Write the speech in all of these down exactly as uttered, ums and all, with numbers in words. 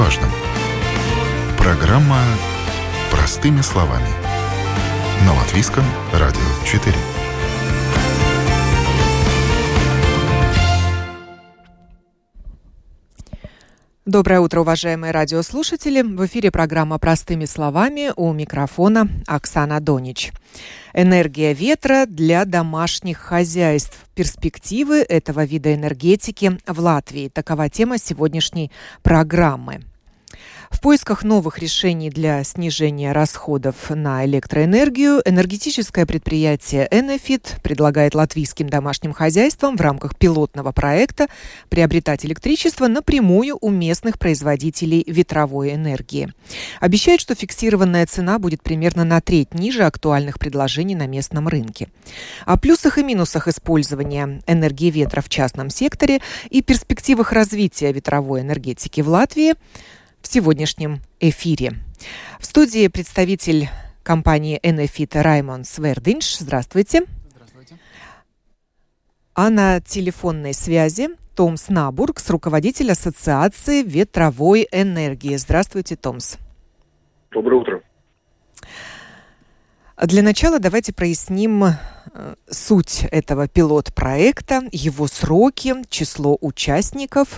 важном. Программа «Простыми словами» на Латвийском радио четыре. Доброе утро, уважаемые радиослушатели. В эфире программа «Простыми словами», у микрофона Оксана Донич. Энергия ветра для домашних хозяйств. Перспективы этого вида энергетики в Латвии. Такова тема сегодняшней программы. В поисках новых решений для снижения расходов на электроэнергию энергетическое предприятие Enefit предлагает латвийским домашним хозяйствам в рамках пилотного проекта приобретать электричество напрямую у местных производителей ветровой энергии. Обещает, что фиксированная цена будет примерно на треть ниже актуальных предложений на местном рынке. О плюсах и минусах использования энергии ветра в частном секторе и перспективах развития ветровой энергетики в Латвии в сегодняшнем эфире. В студии представитель компании Enefit Раймондс Свердинш. Здравствуйте. Здравствуйте. А на телефонной связи Томс Набургс, руководитель Ассоциации ветровой энергии. Здравствуйте, Томс. Доброе утро. Для начала давайте проясним суть этого пилот-проекта, его сроки, число участников.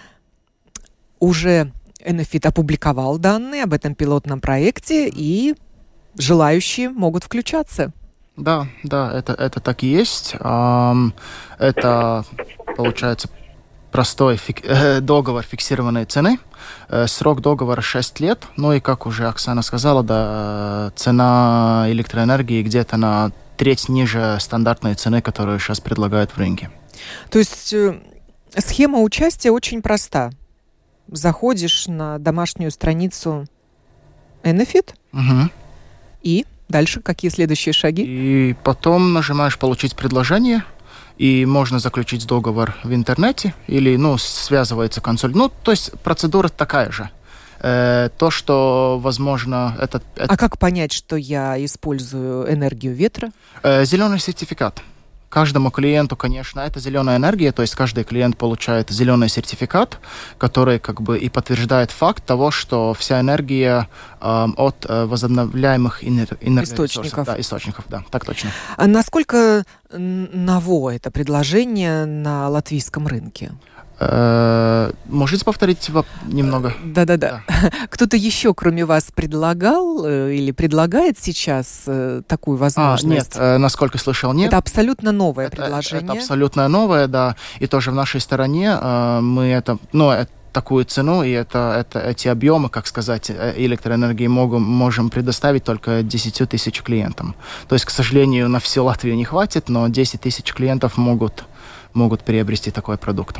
Уже Enefit опубликовал данные об этом пилотном проекте, и желающие могут включаться. Да, да, это, это так и есть. Это, получается, простой фик... договор фиксированной цены. Срок договора шесть лет. Ну и, как уже Оксана сказала, да, цена электроэнергии где-то на треть ниже стандартной цены, которую сейчас предлагают в рынке. То есть схема участия очень проста. Заходишь на домашнюю страницу Enefit, угу. И дальше какие следующие шаги? И потом нажимаешь «Получить предложение», и можно заключить договор в интернете, или, ну, связывается консоль. Ну, то есть процедура такая же. Э, то, что, возможно, это... А как понять, что я использую энергию ветра? Э, зеленый сертификат. Каждому клиенту, конечно, это зеленая энергия, то есть каждый клиент получает зеленый сертификат, который как бы и подтверждает факт того, что вся энергия э, от э, возобновляемых энер- энергоресурсов. Источников. Да, источников, да, так точно. А насколько ново это предложение на латвийском рынке? Э, можете повторить немного? Да-да-да. Да. Кто-то еще, кроме вас, предлагал или предлагает сейчас э, такую возможность? А, нет, э, насколько слышал, нет. Это абсолютно новое это, предложение? Это абсолютно новое, да. И тоже в нашей стороне э, мы это... Ну, это такую цену и это, это, эти объемы, как сказать, электроэнергии можем, можем предоставить только десять тысяч клиентам. То есть, к сожалению, на всю Латвию не хватит, но десять тысяч клиентов могут, могут приобрести такой продукт.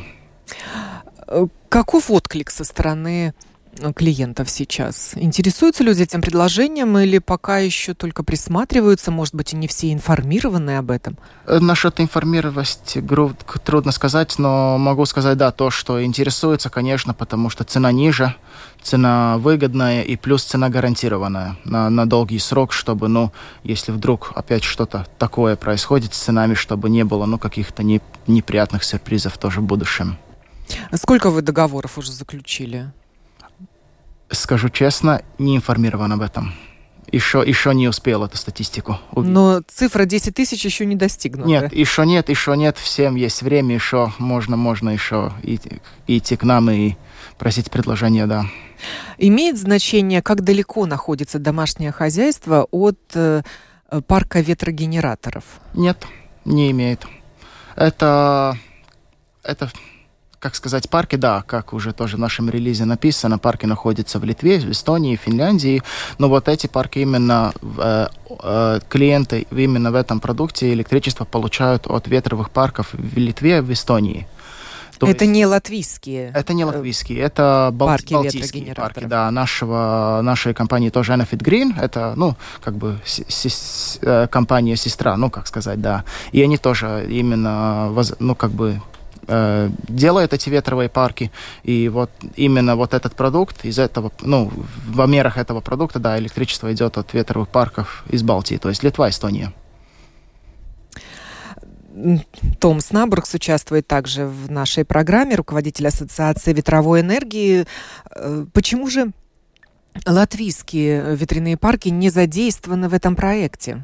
Каков отклик со стороны клиентов сейчас? Интересуются люди этим предложением или пока еще только присматриваются? Может быть, и не все информированы об этом? Насчет информированности трудно сказать, но могу сказать, да, то, что интересуется, конечно, потому что цена ниже, цена выгодная и плюс цена гарантированная на, на долгий срок, чтобы, ну, если вдруг опять что-то такое происходит с ценами, чтобы не было, ну, каких-то не, неприятных сюрпризов тоже в будущем. Сколько вы договоров уже заключили? Скажу честно, не информирован об этом. Еще, еще не успел эту статистику увидеть. Но цифра десять тысяч еще не достигнута. Нет, еще нет, еще нет. Всем есть время, еще можно, можно еще идти, идти к нам и просить предложения, да. Имеет значение, как далеко находится домашнее хозяйство от э, парка ветрогенераторов? Нет, не имеет. Это... это как сказать, парки, да, как уже тоже в нашем релизе написано, парки находятся в Литве, в Эстонии, в Финляндии, но вот эти парки именно, э, э, клиенты именно в этом продукте электричество получают от ветровых парков в Литве, в Эстонии. То это есть, не латвийские? Это не латвийские, это бал- парки балтийские парки, да, нашего, нашей компании тоже Enefit Green, это, ну, как бы с- с- с- компания-сестра, ну, как сказать, да, и они тоже именно, ну, как бы делают эти ветровые парки, и вот именно вот этот продукт из этого, ну, в мерах этого продукта, да, электричество идет от ветровых парков из Балтии, то есть Литва, Эстония. Том Снабургс участвует также в нашей программе, руководитель Ассоциации ветровой энергии. Почему же латвийские ветряные парки не задействованы в этом проекте?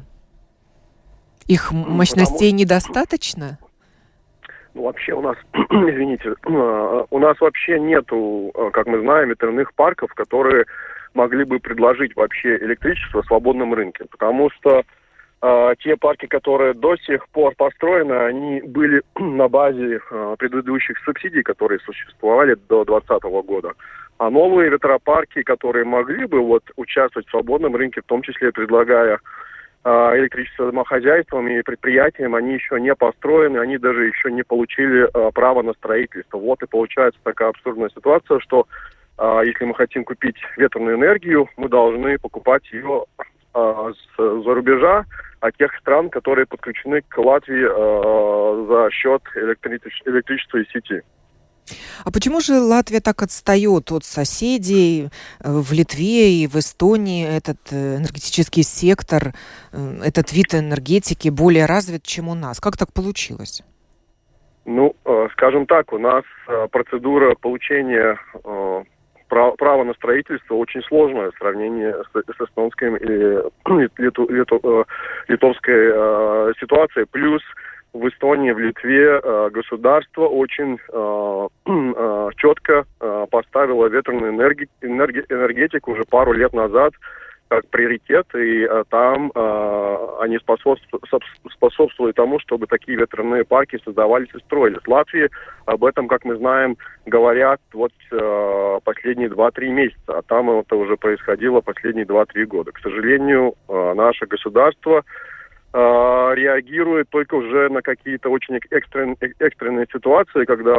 Их мощностей Потому... недостаточно? Ну, вообще у нас, извините, у нас вообще нету, как мы знаем, ветряных парков, которые могли бы предложить вообще электричество в свободном рынке. Потому что э, те парки, которые до сих пор построены, они были на базе э, предыдущих субсидий, которые существовали до двадцатого года. А новые ветропарки, которые могли бы вот участвовать в свободном рынке, в том числе предлагая электричество домохозяйствам и предприятиям, они еще не построены, они даже еще не получили а, право на строительство. Вот и получается такая абсурдная ситуация, что а, если мы хотим купить ветреную энергию, мы должны покупать ее а, с-за рубежа, от тех стран, которые подключены к Латвии а, за счет электриче- электричества и сети. А почему же Латвия так отстает от соседей? В Литве и в Эстонии этот энергетический сектор, этот вид энергетики более развит, чем у нас. Как так получилось? Ну, скажем так, у нас процедура получения права на строительство очень сложная в сравнении с эстонской или литу, литу, литовской ситуацией. Плюс в Эстонии, в Литве э, государство очень э, э, четко э, поставило ветреную энерги- энерги- энергетику уже пару лет назад как приоритет, и э, там э, они способствуют, способствуют тому, чтобы такие ветряные парки создавались и строились. В Латвии об этом, как мы знаем, говорят вот э, последние два-три месяца, а там это уже происходило последние два-три года. К сожалению, э, наше государство реагирует только уже на какие-то очень экстрен, экстренные ситуации, когда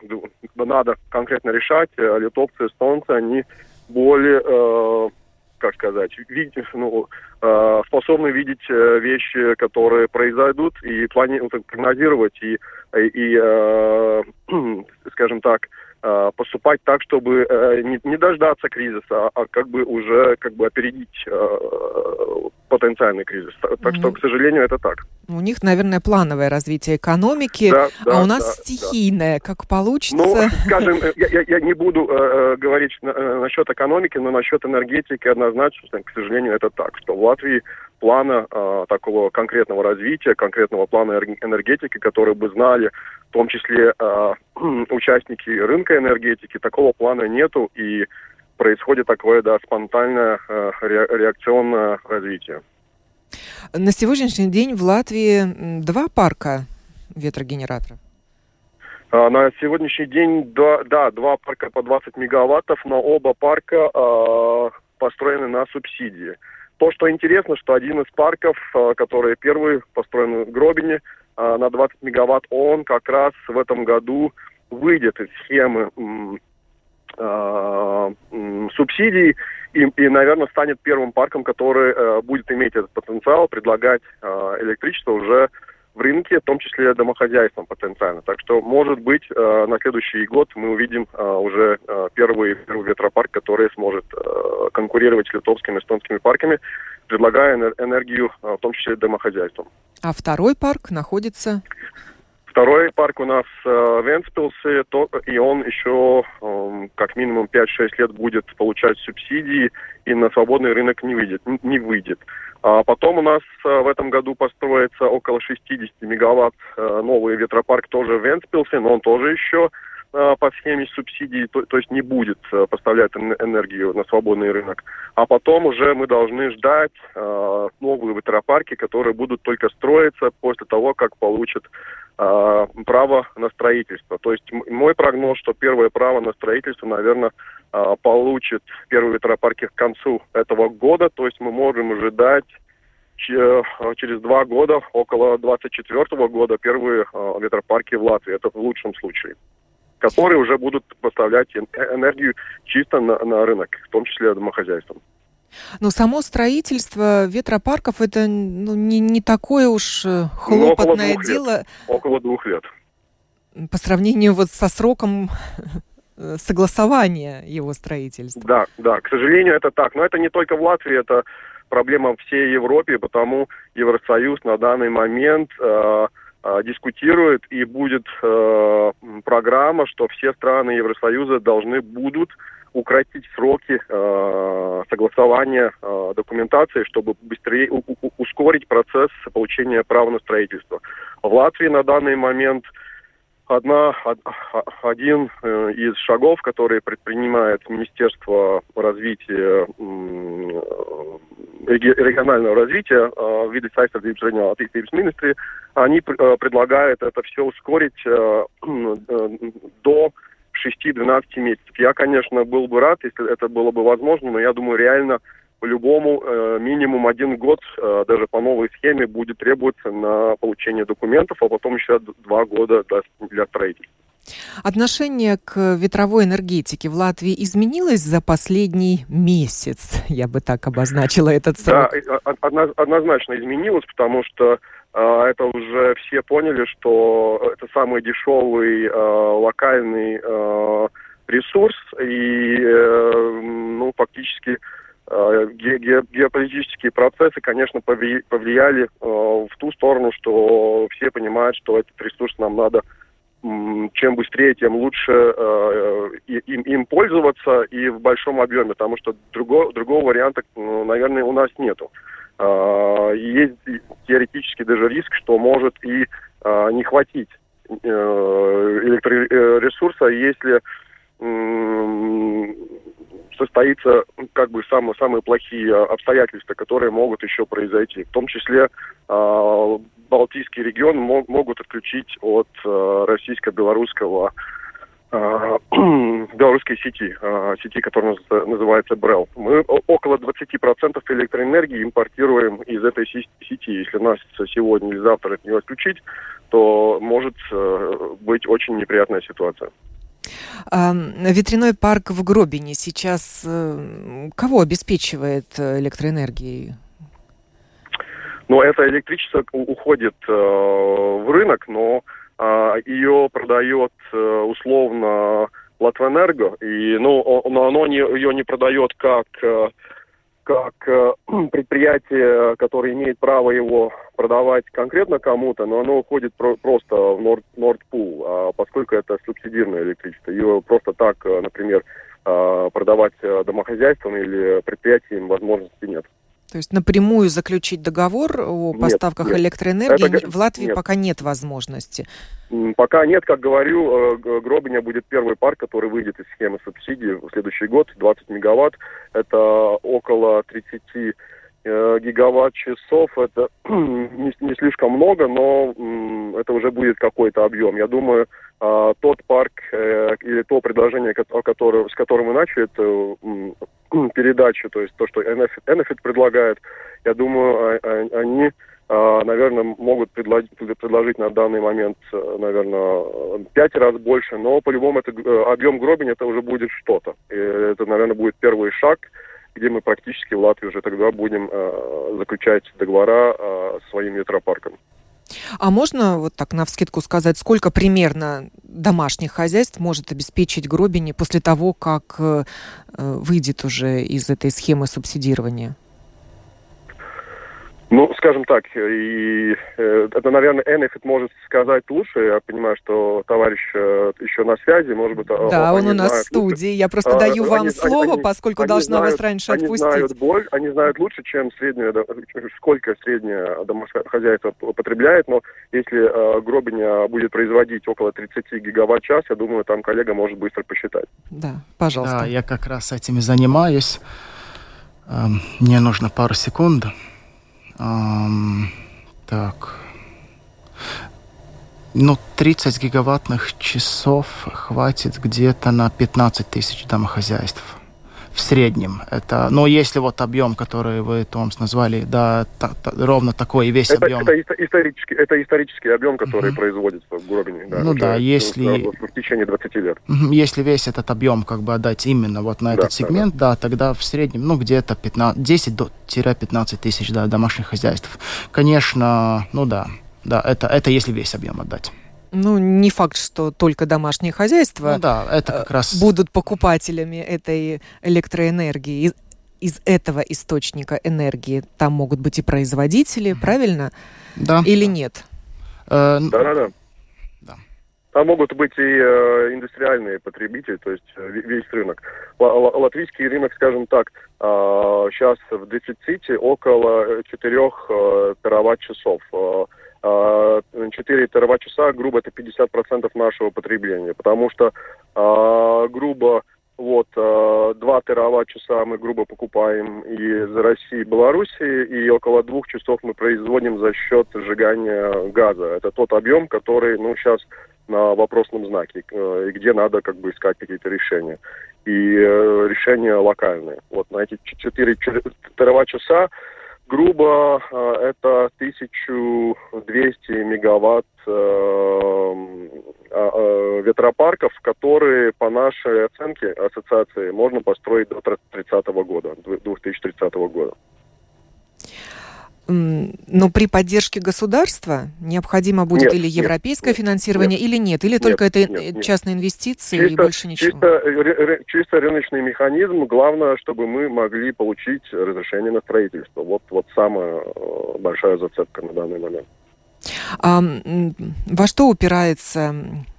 надо конкретно решать. Литовцы, эстонцы, они более, э, как сказать, видеть, ну, э, способны видеть вещи, которые произойдут, и плани- прогнозировать, и, и э, скажем так, поступать так, чтобы э, не, не дождаться кризиса, а, а как бы уже как бы опередить э, потенциальный кризис. Так mm-hmm. что, к сожалению, это так. У них, наверное, плановое развитие экономики, да, да, а у нас да, стихийное. Да. Как получится? Ну, скажем, я, я, я не буду э, говорить на, насчет экономики, но насчет энергетики однозначно, к сожалению, это так, что в Латвии плана э, такого конкретного развития, конкретного плана энергетики, которые бы знали, в том числе э, участники рынка энергетики, такого плана нету, и происходит такое, да, спонтанное э, реакционное развитие. На сегодняшний день в Латвии два парка ветрогенераторов. А, на сегодняшний день, да, да, два парка по двадцать мегаваттов, но оба парка э, построены на субсидии. То, что интересно, что один из парков, э, который первый построен в Гробине, э, на двадцать мегаватт, он как раз в этом году выйдет из схемы э, э, субсидий и, и, наверное, станет первым парком, который э, будет иметь этот потенциал, предлагать э, электричество уже в рынке, в том числе домохозяйствам потенциально. Так что, может быть, э, на следующий год мы увидим э, уже э, первый, первый ветропарк, который сможет э, конкурировать с литовскими, эстонскими парками, предлагая энергию, э, в том числе домохозяйствам. А второй парк находится... Второй парк у нас э, в Вентспилсе, то, и он еще э, как минимум пять-шесть лет будет получать субсидии и на свободный рынок не выйдет. Не выйдет. А потом у нас э, в этом году построится около шестьдесят мегаватт э, новый ветропарк тоже в Вентспилсе, но он тоже еще э, по схеме субсидий, то, то есть не будет э, поставлять энергию на свободный рынок. А потом уже мы должны ждать э, новые ветропарки, которые будут только строиться после того, как получат право на строительство. То есть мой прогноз, что первое право на строительство, наверное, получит первые ветропарки к концу этого года. То есть мы можем ожидать через два года, около двадцать четвёртого года, первые ветропарки в Латвии. Это в лучшем случае. Которые уже будут поставлять энергию чисто на, на рынок, в том числе домохозяйствам. Но само строительство ветропарков это ну, не, не такое уж хлопотное около дело. Лет. Около двух лет. По сравнению вот со сроком согласования его строительства. Да, да, к сожалению, это так. Но это не только в Латвии, это проблема всей Европе, потому Евросоюз на данный момент э, дискутирует, и будет э, программа, что все страны Евросоюза должны будут укоротить сроки э, согласования э, документации, чтобы быстрее у, у, ускорить процесс получения права на строительство. В Латвии на данный момент одна, один э, из шагов, которые предпринимает Министерство развития, э, регионального развития, э, виды saistības reģionālās attīstības ministrии, они э, предлагают это все ускорить э, э, до шести-двенадцати месяцев. Я, конечно, был бы рад, если это было бы возможно, но я думаю, реально по-любому э, минимум один год э, даже по новой схеме будет требоваться на получение документов, а потом еще два года для, для строительства. Отношение к ветровой энергетике в Латвии изменилось за последний месяц? Я бы так обозначила этот срок. Да, однозначно изменилось, потому что э, это уже все поняли, что это самый дешевый э, локальный э, ресурс, и э, ну, фактически э, ге- ге- геополитические процессы, конечно, повли- повлияли э, в ту сторону, что все понимают, что этот ресурс нам надо чем быстрее, тем лучше э, им, им пользоваться и в большом объеме, потому что другого, другого варианта, ну, наверное, у нас нету. Э, есть теоретически даже риск, что может и э, не хватить э, электроресурса, если э, состоится как бы самые, самые плохие обстоятельства, которые могут еще произойти. В том числе э, Балтийский регион мог, могут отключить от э, российско-белорусского э, белорусской сети, э, сети, которая называется БРЭЛ. Мы около двадцать процентов электроэнергии импортируем из этой сети. Если нас сегодня или завтра от нее отключить, то может э, быть очень неприятная ситуация. А, ветряной парк в Гробине сейчас э, кого обеспечивает электроэнергией? Но это электричество уходит э, в рынок, но э, ее продает э, условно Латвэнерго, и ну, но оно не, ее не продает как, э, как э, предприятие, которое имеет право его продавать конкретно кому-то, но оно уходит про, просто в Nord, Nord Pool, а поскольку это субсидированное электричество. Ее просто так, например, э, продавать домохозяйствам или предприятиям возможности нет. То есть напрямую заключить договор о поставках нет, нет. электроэнергии это, в Латвии нет. Пока нет возможности? Пока нет, как говорю, Гробиня будет первый парк, который выйдет из схемы субсидий в следующий год, двадцать мегаватт. Это около тридцать гигаватт-часов. Это не, не слишком много, но это уже будет какой-то объем. Я думаю, тот парк или то предложение, с которым мы начали эту передачу, то есть то, что Enefit предлагает, я думаю, они, наверное, могут предложить, предложить на данный момент, наверное, пять раз больше, но по-любому это объем Гробиня, это уже будет что-то. И это, наверное, будет первый шаг, где мы практически в Латвии уже тогда будем э, заключать договора э, с своим ветропарком. А можно вот так навскидку сказать, сколько примерно домашних хозяйств может обеспечить Гробине после того, как э, выйдет уже из этой схемы субсидирования? Ну, скажем так, и э, это, наверное, Enefit может сказать лучше. Я понимаю, что товарищ э, еще на связи, может быть... Да, он у нас в студии. Лучше. Я просто а, даю вам они, слово, они, поскольку они должна знают, вас раньше они отпустить. Знают боль, они знают лучше, чем среднее, сколько среднее домохозяйство потребляет, но если э, Гробиня будет производить около тридцать гигаватт-час, я думаю, там коллега может быстро посчитать. Да, пожалуйста. Да, я как раз этими занимаюсь. Мне нужно пару секунд. Um, так, ну, тридцать гигаваттных часов хватит где-то на пятнадцать тысяч домохозяйств в среднем. Это, ну, если вот объем, который вы, Томс, назвали, да, та, та, ровно такой весь это, объем. Это, исторический, это исторический объем, который uh-huh. производится в Гробине. Да, ну да, если... В, в течение двадцати лет. Uh-huh, если весь этот объем как бы отдать именно вот на да, этот сегмент, да, да. да, тогда в среднем, ну, где-то десять-пятнадцать тысяч да, домашних хозяйств. Конечно, ну да, да, это, это если весь объем отдать. Ну, не факт, что только домашние хозяйства ну, да, это как раз... будут покупателями этой электроэнергии. Из, из этого источника энергии там могут быть и производители, mm-hmm. правильно? Да. Или нет? Да-да-да. Да. Там могут быть и э, индустриальные потребители, то есть э, весь рынок. Л- латвийский рынок, скажем так, э, сейчас в дефиците около четырех э, тераватт-часов. Э, четыре тераватт-часа, грубо, это пятьдесят процентов нашего потребления, потому что, э, грубо, вот, э, два тераватт-часа мы, грубо, покупаем из России и Белоруссии, и около двух часов мы производим за счет сжигания газа. Это тот объем, который, ну, сейчас на вопросном знаке, э, и где надо, как бы, искать какие-то решения. И э, решения локальные. Вот на эти четыре тераватт-часа, грубо, э, это тысяча двести мегаватт э, э, ветропарков, которые, по нашей оценке ассоциации, можно построить до тридцатого года, две тысячи тридцатого года. Но при поддержке государства необходимо будет нет, или европейское нет, финансирование, нет, или нет? Или нет, только это нет, частные инвестиции чисто, и больше ничего? Чисто, чисто рыночный механизм. Главное, чтобы мы могли получить разрешение на строительство. Вот, вот самая большая зацепка на данный момент. А во что упирается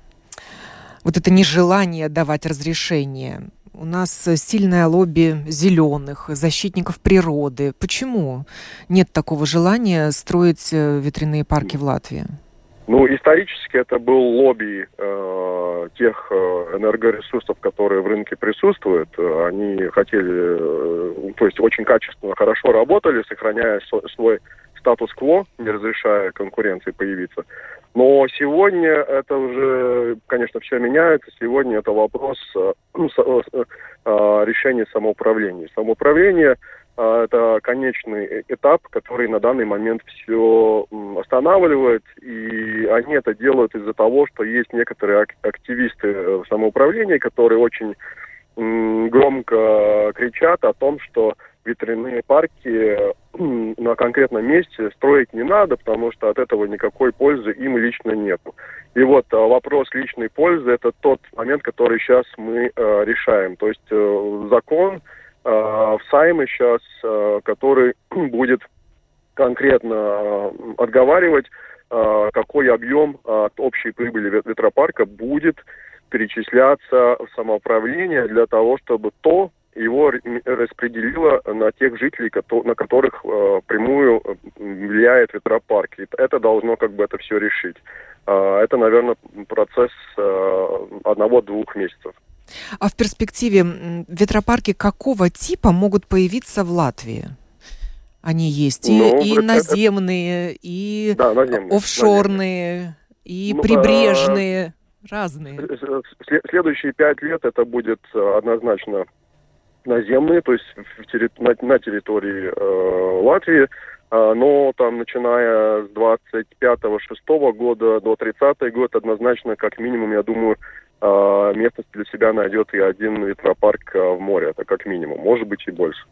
вот это нежелание давать разрешение? У нас сильное лобби зеленых, защитников природы. Почему нет такого желания строить ветряные парки в Латвии? Ну, исторически это был лобби э, тех э, энергоресурсов, которые в рынке присутствуют. Они хотели, э, то есть очень качественно, хорошо работали, сохраняя со, свой статус-кво, не разрешая конкуренции появиться. Но сегодня это уже, конечно, все меняется. Сегодня это вопрос э, э, э, решения самоуправления. Самоуправление э, – это конечный этап, который на данный момент все останавливает. И они это делают из-за того, что есть некоторые активисты в самоуправлении, которые очень э, громко кричат о том, что ветряные парки на конкретном месте строить не надо, потому что от этого никакой пользы им лично нет. И вот вопрос личной пользы – это тот момент, который сейчас мы э, решаем. То есть э, закон э, в Сайме сейчас, э, который будет конкретно э, отговаривать, э, какой объем от общей прибыли ветропарка будет перечисляться в самоуправление для того, чтобы то его распределило на тех жителей, на которых э, прямую влияет ветропарк. И это должно как бы это все решить. Э, это, наверное, процесс э, одного-двух месяцев. А в перспективе ветропарки какого типа могут появиться в Латвии? Они есть и, ну, и это, наземные, это... и да, наземные, офшорные, наземные. И ну, прибрежные, а... разные. Следующие пять лет это будет однозначно наземные, то есть в терри... на, на территории э, Латвии, э, но там начиная с двадцать пятого шестого года до тридцатого года однозначно, как минимум, я думаю, э, местность для себя найдет и один ветропарк э, в море, это как минимум, может быть и больше.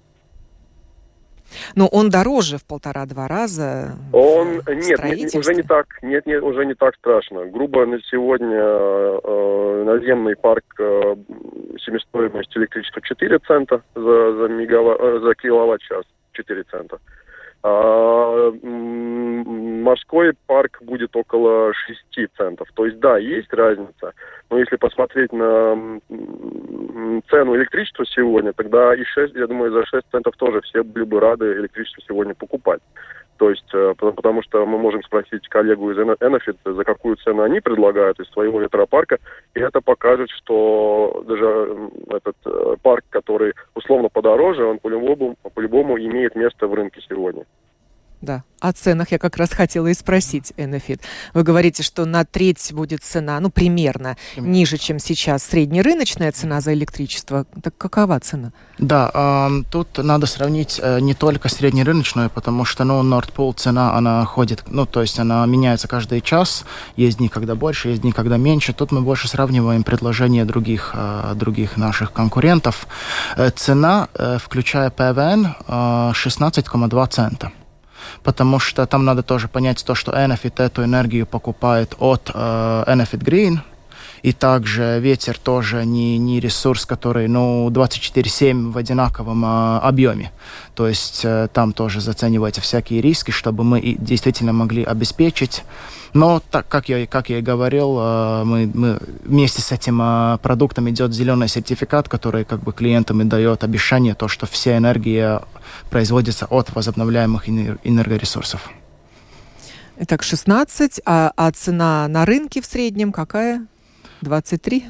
Но он дороже в полтора-два раза. Он нет, нет, уже не так, нет, нет, уже не так страшно. Грубо на сегодня э, наземный парк э, себестоимость электричества четыре цента за за мегаватт, э, за киловатт-час, четыре цента. А, м- морской парк будет около шесть центов. То есть да, есть разница. Но если посмотреть на м- цену электричества сегодня, тогда и шесть, я думаю, за шесть центов тоже все были бы рады электричество сегодня покупать. То есть, потому что мы можем спросить коллегу из Enefit, за какую цену они предлагают из своего ветропарка, и это покажет, что даже этот парк, который условно подороже, он по-любому, по-любому имеет место в рынке сегодня. Да, о ценах я как раз хотела и спросить, Enefit. Вы говорите, что на треть будет цена, ну, примерно, примерно. ниже, чем сейчас среднерыночная цена за электричество. Так какова цена? Да, э, тут надо сравнить э, не только среднерыночную, потому что, ну, Nord Pool цена, она ходит, ну, то есть она меняется каждый час, есть дни, когда больше, есть дни, когда меньше. Тут мы больше сравниваем предложения других, э, других наших конкурентов. Э, цена, э, включая ПВН, э, шестнадцать целых два цента. Потому что там надо тоже понять то, что Enefit эту энергию покупает от э, Enefit Green, И также ветер тоже не, не ресурс, который ну, двадцать четыре семь в одинаковом э, объеме. То есть э, там тоже зацениваются всякие риски, чтобы мы и действительно могли обеспечить. Но, так как я, как я и говорил, э, мы, мы вместе с этим э, продуктом идет зеленый сертификат, который как бы клиентам и дает обещание, то, что вся энергия производится от возобновляемых энергоресурсов. Итак, шестнадцать, а, а цена на рынке в среднем какая? двадцать три?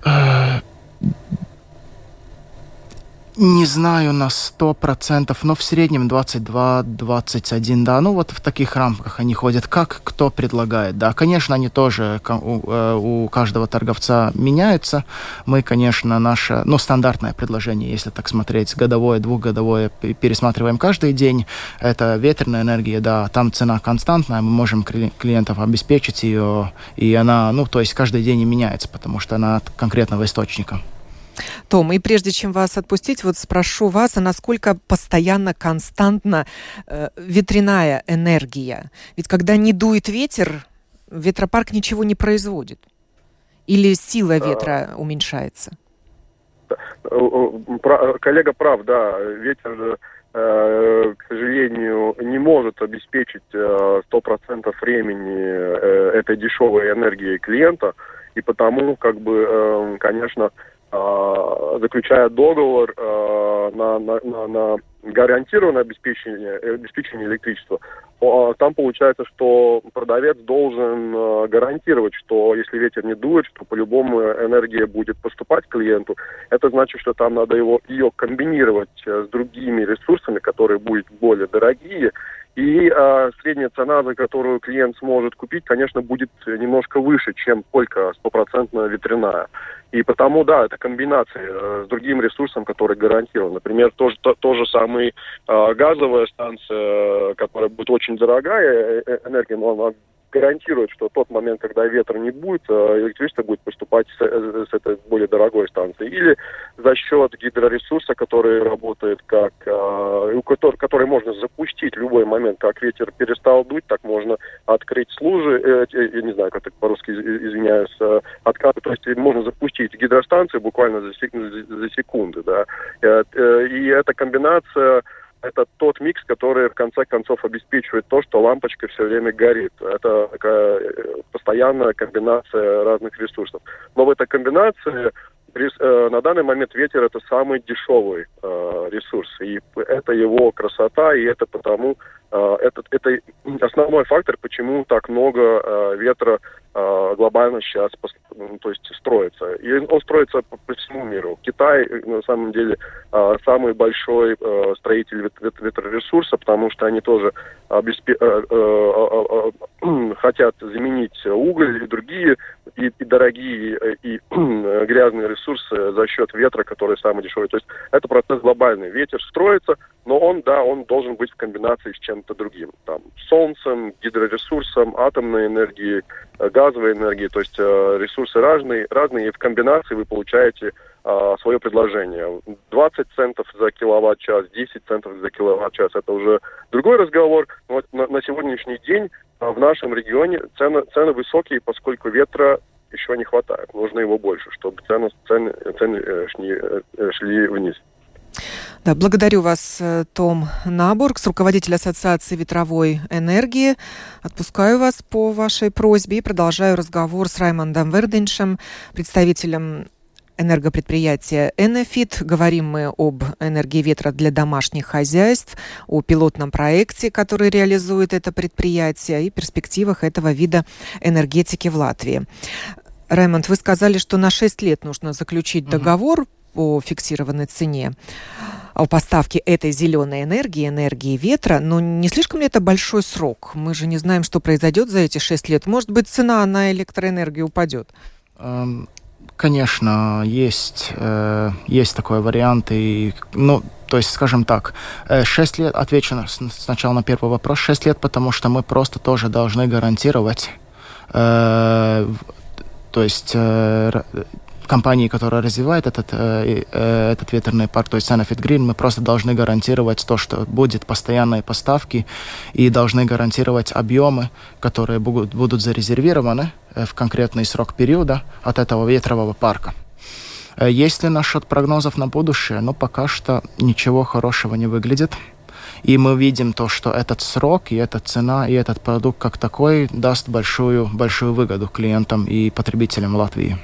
Не знаю на сто процентов, но в среднем двадцать два двадцать один, да. Ну вот в таких рамках они ходят, как кто предлагает, да. Конечно, они тоже у, у каждого торговца меняются. Мы, конечно, наше, ну, стандартное предложение, если так смотреть, годовое, двухгодовое, пересматриваем каждый день. Это ветреная энергия, да, там цена константная, мы можем клиентов обеспечить ее, и она, ну, то есть каждый день и меняется, потому что она от конкретного источника. Том, и прежде чем вас отпустить, вот спрошу вас, а насколько постоянно, константно э, ветряная энергия? Ведь когда не дует ветер, ветропарк ничего не производит. Или сила ветра а, уменьшается? Коллега прав, да. Ветер, э, к сожалению, не может обеспечить сто процентов времени э, этой дешевой энергии клиента. И потому, как бы, э, конечно, заключая договор э, на, на, на, на гарантированное обеспечение, обеспечение электричества, там получается, что продавец должен э, гарантировать, что если ветер не дует, что по-любому энергия будет поступать к клиенту. Это значит, что там надо его, ее комбинировать с другими ресурсами, которые будут более дорогие. И э, средняя цена, за которую клиент сможет купить, конечно, будет немножко выше, чем только стопроцентная ветряная. И потому, да, это комбинация э, с другим ресурсом, который гарантирован. Например, то, то, то же самое э, газовая станция, которая будет очень дорогая, э, энергия, но она гарантирует, что в тот момент, когда ветра не будет, электричество будет поступать с, с этой более дорогой станции. Или за счет гидроресурса, который работает как, который, который можно запустить в любой момент, как ветер перестал дуть, так можно открыть служи, я не знаю, как это по-русски, извиняюсь, откаты, то есть можно запустить гидростанцию буквально за, за секунды, да. И эта комбинация, это тот микс, который в конце концов обеспечивает то, что лампочка все время горит. Это такая постоянная комбинация разных ресурсов. Но в этой комбинации на данный момент ветер это самый дешевый э, ресурс. И это его красота, и это потому, э, это, это основной фактор, почему так много э, ветра э, глобально сейчас ну, то есть строится. И он строится по, по всему миру. Китай, на самом деле, э, самый большой э, строитель вет, вет, ветроресурса, потому что они тоже обеспе- э, э, э, э, хотят заменить уголь и другие, и, и дорогие, и э, грязные ресурсы за счет ветра, который самый дешевый. То есть это процесс глобальный. Ветер строится, но он, да, он должен быть в комбинации с чем-то другим. Там, солнцем, гидроресурсом, атомной энергией, газовой энергией. То есть э, ресурсы разные, разные, и в комбинации вы получаете э, свое предложение. двадцать центов за киловатт-час, десять центов за киловатт-час. Это уже другой разговор. Но на, на сегодняшний день э, в нашем регионе цены, цены высокие, поскольку ветра еще не хватает. Нужно его больше, чтобы цены, цены, цены шли, шли вниз. Да, благодарю вас, Том Набургс, руководитель Ассоциации ветровой энергии. Отпускаю вас по вашей просьбе и продолжаю разговор с Раймондом Вердиншем, представителем энергопредприятия Enefit. Говорим мы об энергии ветра для домашних хозяйств, о пилотном проекте, который реализует это предприятие, и перспективах этого вида энергетики в Латвии. Раймонд, вы сказали, что на шесть лет нужно заключить договор mm-hmm. о фиксированной цене, о поставке этой зеленой энергии, энергии ветра. Но не слишком ли это большой срок? Мы же не знаем, что произойдет за эти шесть лет. Может быть, цена на электроэнергию упадет? Um... Конечно, есть, э, есть такой вариант. И, ну, то есть, скажем так, шесть лет, отвечу сначала на первый вопрос, шесть лет, потому что мы просто тоже должны гарантировать, э, то есть э, компании, которая развивает этот, э, э, этот ветерный парк, то есть Enefit Green, мы просто должны гарантировать то, что будет постоянные поставки, и должны гарантировать объемы, которые будут, будут зарезервированы в конкретный срок периода от этого ветрового парка. Если насчет прогнозов на будущее, ну, пока что ничего хорошего не выглядит. И мы видим то, что этот срок, и эта цена, и этот продукт как такой даст большую, большую выгоду клиентам и потребителям Латвии.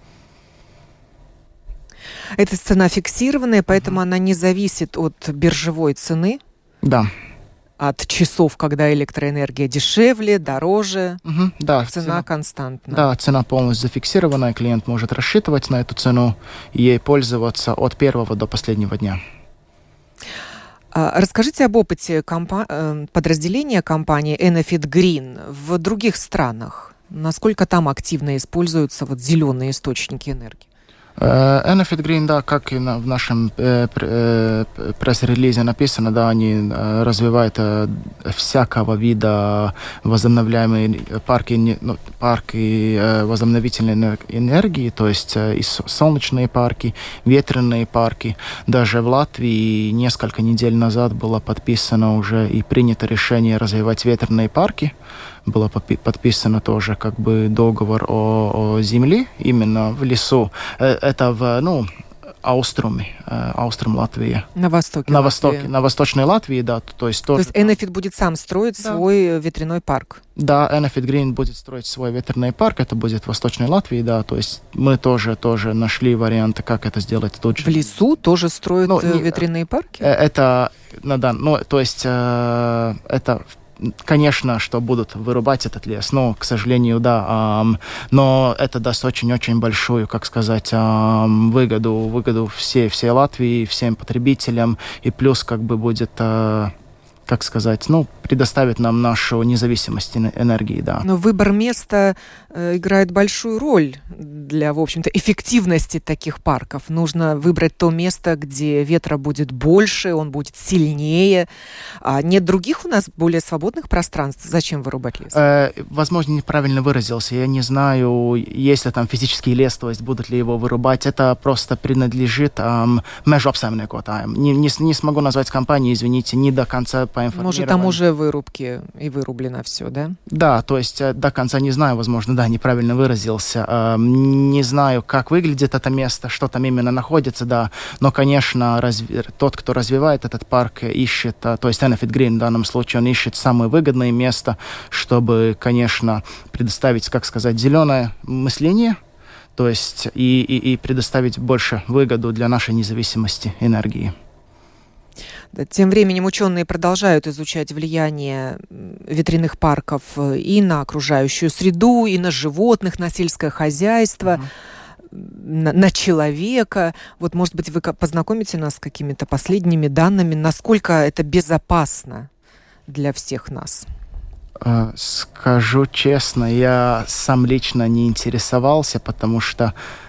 Эта цена фиксированная, поэтому mm-hmm. она не зависит от биржевой цены? Да. От часов, когда электроэнергия дешевле, дороже, угу, да, цена, цена константна. Да, цена полностью зафиксированная, клиент может рассчитывать на эту цену и ей пользоваться от первого до последнего дня. А, расскажите об опыте компа- подразделения компании Enefit Green в других странах. Насколько там активно используются вот зеленые источники энергии? Enefit Green, да, как и на, в нашем э, э, пресс-релизе написано, да, они э, развивают э, всякого вида возобновляемые парки, ну, парки э, возобновительной энергии, то есть э, и солнечные парки, ветреные парки. Даже в Латвии несколько недель назад было подписано уже и принято решение развивать ветреные парки. Было подписано тоже как бы договор о, о земле именно в лесу. Это в, ну, Ауструме, Ауструм Латвии. На востоке На Латвии. востоке, на восточной Латвии, да. То есть, то тоже... есть Enefit будет сам строить да. свой ветряной парк? Да, Enefit Green будет строить свой ветряной парк, это будет в восточной Латвии, да. То есть мы тоже, тоже нашли варианты, как это сделать тут же. В лесу тоже строят ну, не, ветряные парки? Это, ну, да, ну, то есть это... Конечно, что будут вырубать этот лес, но, к сожалению, да, эм, но это даст очень-очень большую, как сказать, эм, выгоду, выгоду всей, всей Латвии, всем потребителям, и плюс как бы будет, э, как сказать, ну, предоставит нам нашу независимость энергии, да. Но выбор места э, играет большую роль для, в общем-то, эффективности таких парков. Нужно выбрать то место, где ветра будет больше, он будет сильнее. А нет других у нас более свободных пространств? Зачем вырубать лес? Э, возможно, неправильно выразился. Я не знаю, есть ли там физический лес, то есть будут ли его вырубать. Это просто принадлежит эм, межу apsaimniekotājiem. Не, не, не смогу назвать компанию, извините, не до конца поинформирован. Может, там уже вырубки и вырублено все, да? Да, то есть до конца не знаю, возможно, да, неправильно выразился. Не знаю, как выглядит это место, что там именно находится, да, но, конечно, разви... тот, кто развивает этот парк, ищет, то есть Enefit Green в данном случае, он ищет самое выгодное место, чтобы, конечно, предоставить, как сказать, зеленое мышление, то есть и, и, и предоставить больше выгоду для нашей независимости энергии. Тем временем ученые продолжают изучать влияние ветряных парков и на окружающую среду, и на животных, на сельское хозяйство, mm-hmm. на, на человека. Вот, может быть, вы познакомите нас с какими-то последними данными, насколько это безопасно для всех нас? Скажу честно, я сам лично не интересовался, потому что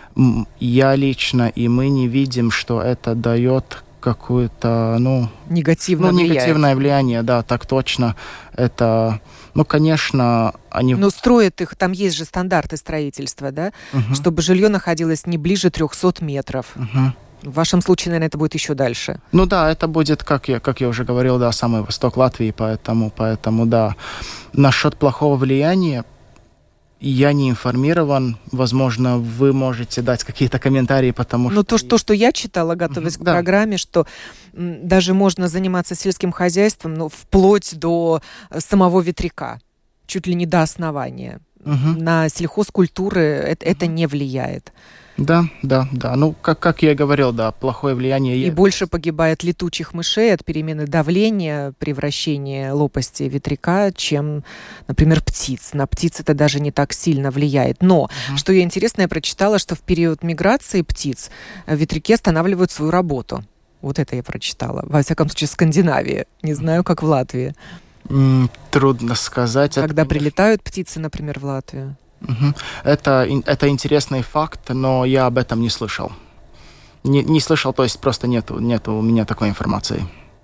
я лично и мы не видим, что это дает какое-то, ну... Негативное ну, влияет. негативное влияние, да, так точно. Это, ну, конечно, они... Но строят их, там есть же стандарты строительства, да? Uh-huh. Чтобы жилье находилось не ближе трехсот метров. Uh-huh. В вашем случае, наверное, это будет еще дальше. Ну да, это будет, как я, как я уже говорил, да, самый восток Латвии, поэтому, поэтому, да. Насчет плохого влияния, я не информирован. Возможно, вы можете дать какие-то комментарии, потому что... Ну, то, что, что я читала, готовясь mm-hmm, к да. программе, что м, даже можно заниматься сельским хозяйством, ну, вплоть до самого ветряка, чуть ли не до основания. Mm-hmm. На сельхозкультуры это, это не влияет. Да, да, да. Ну, как, как я и говорил, да, плохое влияние... И есть. больше погибает летучих мышей от перемены давления, превращения лопасти ветряка, чем, например, птиц. На птиц это даже не так сильно влияет. Но, uh-huh. что я интересное прочитала, что в период миграции птиц ветряки останавливают свою работу. Вот это я прочитала. Во всяком случае, в Скандинавии. Не знаю, как в Латвии. Mm, трудно сказать. Когда это, прилетают птицы, например, в Латвию. Угу. Это, это интересный факт, но я об этом не слышал. Не, не слышал, то есть просто нету, нету у меня такой информации.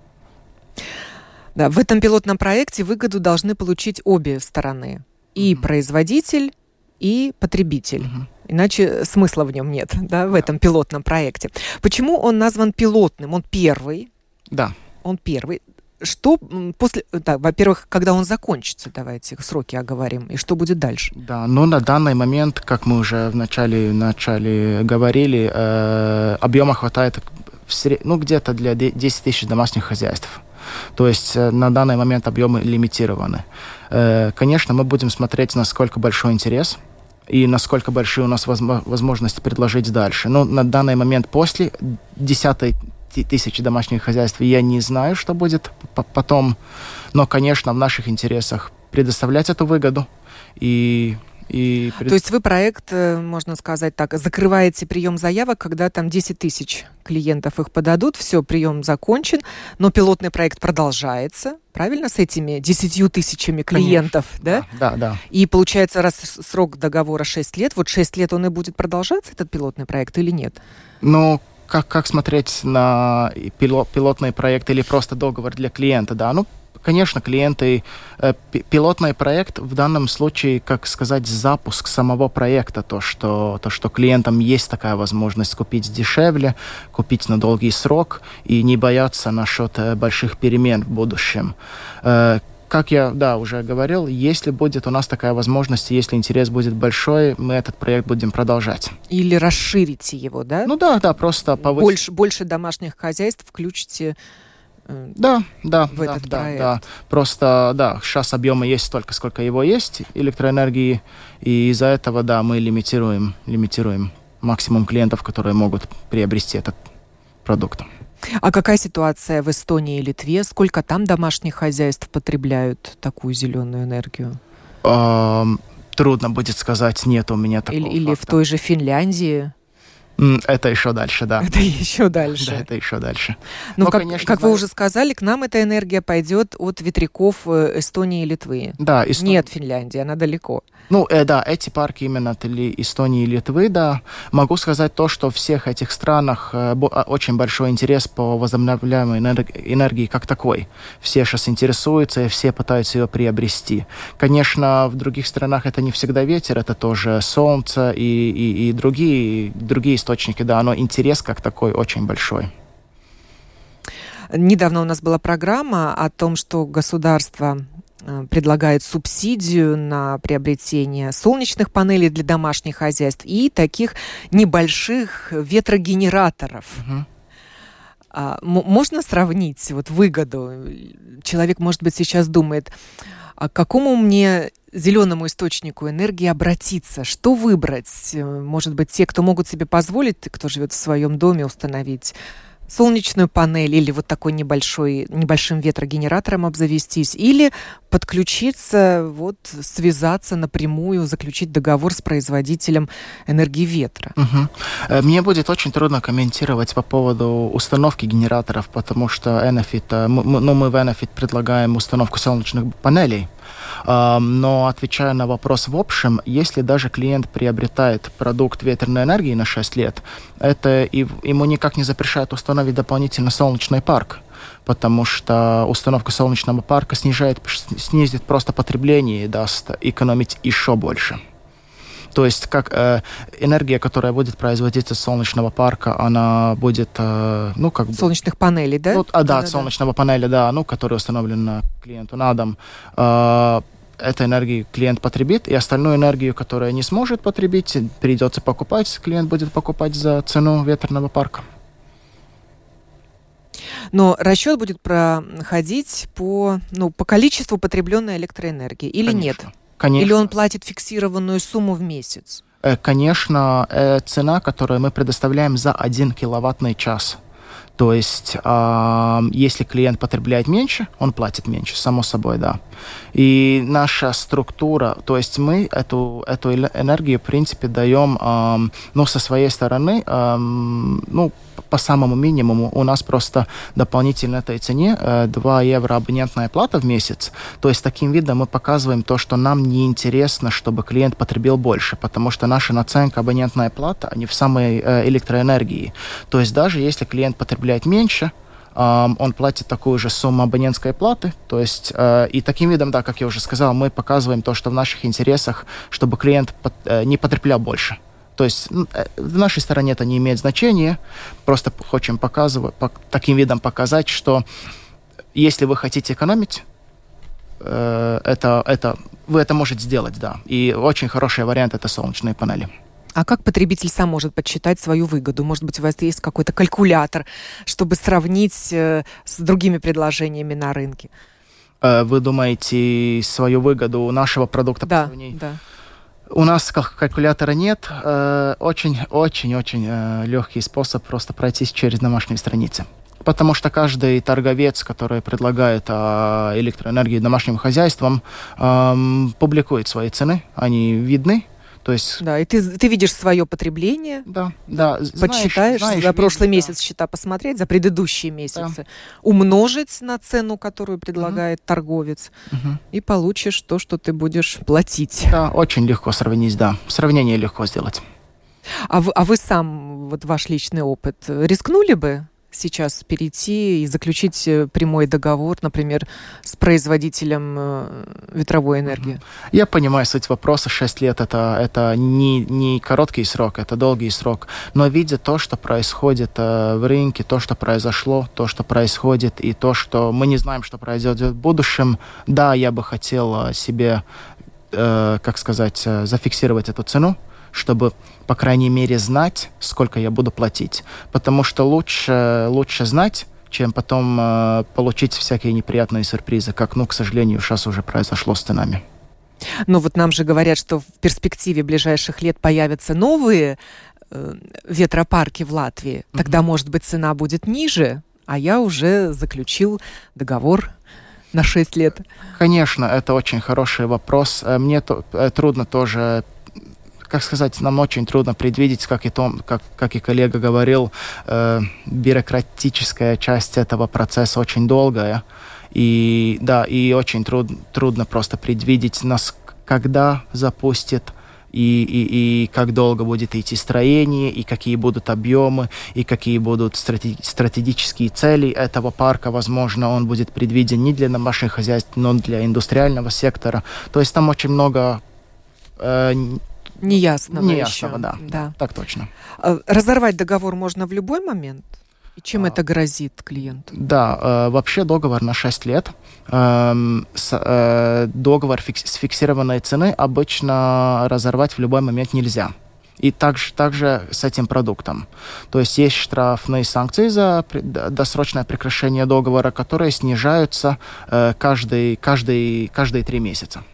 Да, в этом пилотном проекте выгоду должны получить обе стороны. И угу. производитель, и потребитель. Угу. Иначе смысла в нем нет, да, в этом пилотном проекте. Почему он назван пилотным? Он первый. Да. Он первый. что после... Да, во-первых, когда он закончится, давайте сроки оговорим, и что будет дальше? Да, но на данный момент, как мы уже в начале, начале говорили, э, объема хватает в сред... ну, где-то для десять тысяч домашних хозяйств. То есть э, на данный момент объемы лимитированы. Э, конечно, мы будем смотреть, насколько большой интерес и насколько большие у нас возможно, возможности предложить дальше. Но на данный момент после десятой тысячи домашних хозяйств я не знаю, что будет потом. Но, конечно, в наших интересах предоставлять эту выгоду. И, и... То есть вы проект, можно сказать так, закрываете прием заявок, когда там десять тысяч клиентов их подадут, все, прием закончен, но пилотный проект продолжается, правильно, с этими десятью тысячами клиентов, да? Да, да, да. И получается, раз срок договора шесть лет, вот шесть лет он и будет продолжаться, этот пилотный проект, или нет? Ну, Как, как смотреть на пилот, пилотный проект или просто договор для клиента, да? Ну, конечно, клиенты... Э, пилотный проект в данном случае, как сказать, запуск самого проекта, то что, то, что клиентам есть такая возможность купить дешевле, купить на долгий срок и не бояться насчет э, больших перемен в будущем. Э, Как я, да, уже говорил, если будет у нас такая возможность, если интерес будет большой, мы этот проект будем продолжать. Или расширите его, да? Ну да, да, просто повысить. Больше, больше домашних хозяйств включите э, да, да, в да, этот да, проект. Да. Просто, да, сейчас объема есть столько, сколько его есть, электроэнергии, и из-за этого, да, мы лимитируем, лимитируем максимум клиентов, которые могут приобрести этот продукт. А какая ситуация в Эстонии и Литве? Сколько там домашних хозяйств потребляют такую зеленую энергию? Эм, трудно будет сказать, нет у меня такого Или, или в той же Финляндии? Это еще дальше, да. Это еще дальше. Да, это еще дальше. Но, Но как, конечно, как знаю... вы уже сказали, к нам эта энергия пойдет от ветряков Эстонии и Литвы. Да, Эстон... Нет Финляндии, она далеко. Ну, э, да, эти парки именно от Эстонии и Литвы, да. Могу сказать то, что в всех этих странах э, бо- очень большой интерес по возобновляемой энерг- энергии как такой. Все сейчас интересуются, и все пытаются ее приобрести. Конечно, в других странах это не всегда ветер, это тоже солнце и, и, и другие, другие источники, да, но интерес как такой очень большой. Недавно у нас была программа о том, что государство предлагает субсидию на приобретение солнечных панелей для домашних хозяйств и таких небольших ветрогенераторов. Uh-huh. А, м- можно сравнить вот выгоду? Человек, может быть, сейчас думает, а к какому мне зеленому источнику энергии обратиться? Что выбрать? Может быть, те, кто могут себе позволить, кто живет в своем доме, установить солнечную панель или вот такой небольшой, небольшим ветрогенератором обзавестись, или подключиться, вот, связаться напрямую, заключить договор с производителем энергии ветра. Угу. Мне будет очень трудно комментировать по поводу установки генераторов, потому что Enefit, мы, ну, мы в Enefit предлагаем установку солнечных панелей. Но отвечая на вопрос в общем, если даже клиент приобретает продукт ветерной энергии на шесть лет, это ему никак не запрещает установить дополнительно солнечный парк, потому что установка солнечного парка снижает, снизит просто потребление и даст экономить еще больше. То есть как э, энергия, которая будет производиться с солнечного парка, она будет, э, ну как бы... Солнечных панелей, да? Ну, а, да, да, от солнечного да. панеля, да, ну, который установлен клиенту на дом. Э, эту энергию клиент потребит, и остальную энергию, которую не сможет потребить, придется покупать, клиент будет покупать за цену ветерного парка. Но расчет будет проходить по, ну, по количеству потребленной электроэнергии или Конечно. Нет? Конечно. Или он платит фиксированную сумму в месяц? Конечно, цена, которую мы предоставляем за один киловаттный час. То есть, э, если клиент потребляет меньше, он платит меньше, само собой, да. И наша структура, то есть мы эту, эту энергию, в принципе, даем, э, ну, со своей стороны, э, ну, по самому минимуму. У нас просто дополнительно этой цене э, два евро абонентная плата в месяц. То есть таким видом мы показываем то, что нам не интересно, чтобы клиент потребил больше, потому что наша наценка абонентная плата, они в самой э, электроэнергии. То есть даже если клиент потребляет меньше, э, он платит такую же сумму абонентской платы. То есть э, и таким видом, да, как я уже сказал, мы показываем то, что в наших интересах, чтобы клиент под, э, не потреблял больше. То есть в нашей стороне это не имеет значения, просто хотим показывать, по, таким видом показать, что если вы хотите экономить, э, это, это, вы это можете сделать, да. И очень хороший вариант – это солнечные панели. А как потребитель сам может подсчитать свою выгоду? Может быть, у вас есть какой-то калькулятор, чтобы сравнить э, с другими предложениями на рынке? Э, вы думаете свою выгоду нашего продукта? Да, по сравнению? Да. У нас калькулятора нет. Очень-очень-очень э, легкий способ просто пройтись через домашние страницы. Потому что каждый торговец, который предлагает э, электроэнергию домашним хозяйствам, э, публикует свои цены. Они видны. То есть... Да, и ты, ты видишь свое потребление, да, да. Подсчитаешь, знаешь, знаешь, за прошлый видишь, месяц да. счета посмотреть, за предыдущие месяцы, Да. умножить на цену, которую предлагает угу. торговец, угу. и получишь то, что ты будешь платить. Да, очень легко сравнить, да. Сравнение легко сделать. А вы, а вы сам, вот ваш личный опыт, рискнули бы сейчас перейти и заключить прямой договор, например, с производителем ветровой энергии? Я понимаю суть вопроса. Шесть лет это, это не, не короткий срок, это долгий срок. Но видя то, что происходит э, в рынке, то, что произошло, то, что происходит, и то, что мы не знаем, что произойдет в будущем, да, я бы хотел себе, э, как сказать, э, зафиксировать эту цену, чтобы, по крайней мере, знать, сколько я буду платить. Потому что лучше, лучше знать, чем потом э, получить всякие неприятные сюрпризы, как, ну, к сожалению, сейчас уже произошло с ценами. Но вот нам же говорят, что в перспективе ближайших лет появятся новые э, ветропарки в Латвии. Тогда, mm-hmm. может быть, цена будет ниже, а я уже заключил договор на шесть лет. Конечно, это очень хороший вопрос. Мне то, трудно тоже... Как сказать, нам очень трудно предвидеть, как и, том, как, как и коллега говорил, э, бюрократическая часть этого процесса очень долгая. И, да, и очень труд, трудно просто предвидеть, нас когда запустит, и, и, и как долго будет идти строение, и какие будут объемы, и какие будут стратеги- стратегические цели этого парка. Возможно, он будет предвиден не для домашних хозяйств, но для индустриального сектора. То есть там очень много... Э, Неясного, Неясного, еще. да, да. Так точно. Разорвать договор можно в любой момент? И чем а, это грозит клиенту? Да, э, вообще договор на шесть лет. Э, с, э, договор фикс, с фиксированной цены обычно разорвать в любой момент нельзя. И также, также с этим продуктом. То есть есть штрафные санкции за досрочное прекращение договора, которые снижаются э, каждый, каждый, каждые три месяца.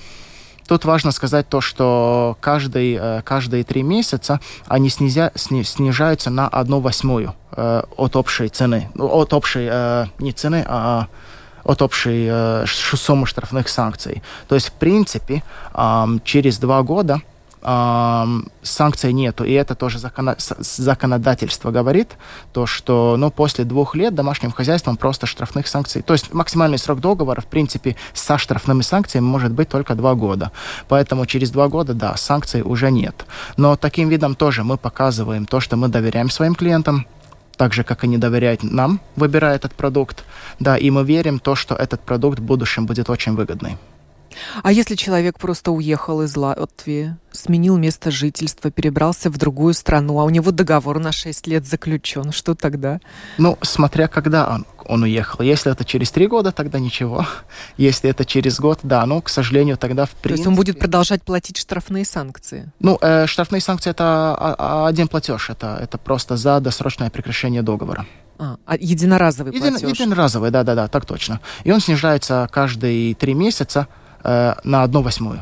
Тут важно сказать то, что каждый, каждые три месяца они снизя, сни, снижаются на одну восьмую э, от общей цены. От общей, э, не цены, а от общей э, суммы штрафных санкций. То есть, в принципе, э, через два года э, санкций нету. И это тоже закона, законодательство говорит, то, что ну, после двух лет домашним хозяйством просто штрафных санкций. То есть максимальный срок договора, в принципе, со штрафными санкциями может быть только два года. Поэтому через два года, да, санкций уже нет. Но таким видом тоже мы показываем то, что мы доверяем своим клиентам, так же, как они доверяют нам, выбирая этот продукт. Да, и мы верим в то, что этот продукт в будущем будет очень выгодный. А если человек просто уехал из Латвии, сменил место жительства, перебрался в другую страну, а у него договор на шесть лет заключен, что тогда? Ну, смотря когда он, он уехал. Если это через три года, тогда ничего. Если это через год, да, ну, к сожалению, тогда в принципе... То есть он будет продолжать платить штрафные санкции? Ну, э, штрафные санкции – это один платеж, это, это просто за досрочное прекращение договора. А, а единоразовый Един, платеж? Единоразовый, да-да-да, так точно. И он снижается каждые три месяца э, на одну восьмую.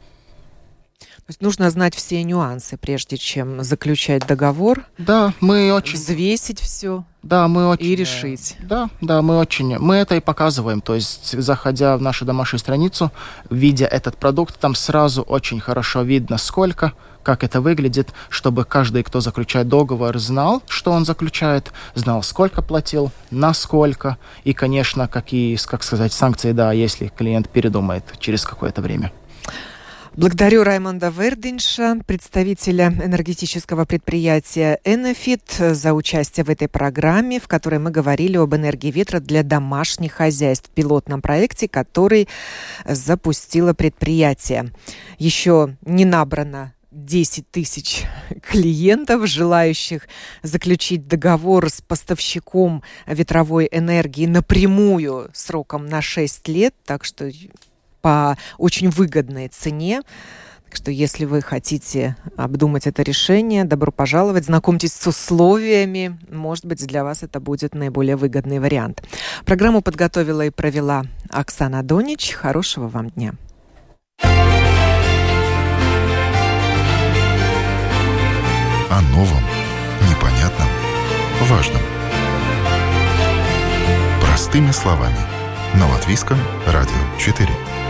То есть нужно знать все нюансы, прежде чем заключать договор. Да, мы очень... Взвесить все. Да, мы очень... И решить. Да, да, мы очень... Мы это и показываем. То есть, заходя в нашу домашнюю страницу, видя этот продукт, там сразу очень хорошо видно, сколько, как это выглядит, чтобы каждый, кто заключает договор, знал, что он заключает, знал, сколько платил, насколько, и, конечно, какие, как сказать, санкции, да, если клиент передумает через какое-то время. Благодарю Раймонда Вердинша, представителя энергетического предприятия Enefit, за участие в этой программе, в которой мы говорили об энергии ветра для домашних хозяйств, пилотном проекте, который запустило предприятие. Еще не набрано десять тысяч клиентов, желающих заключить договор с поставщиком ветровой энергии напрямую сроком на шесть лет, так что по очень выгодной цене. Так что если вы хотите обдумать это решение, добро пожаловать, знакомьтесь с условиями. Может быть, для вас это будет наиболее выгодный вариант. Программу подготовила и провела Оксана Донич. Хорошего вам дня. О новом, непонятном, важном. Простыми словами. На Латвийском радио четыре.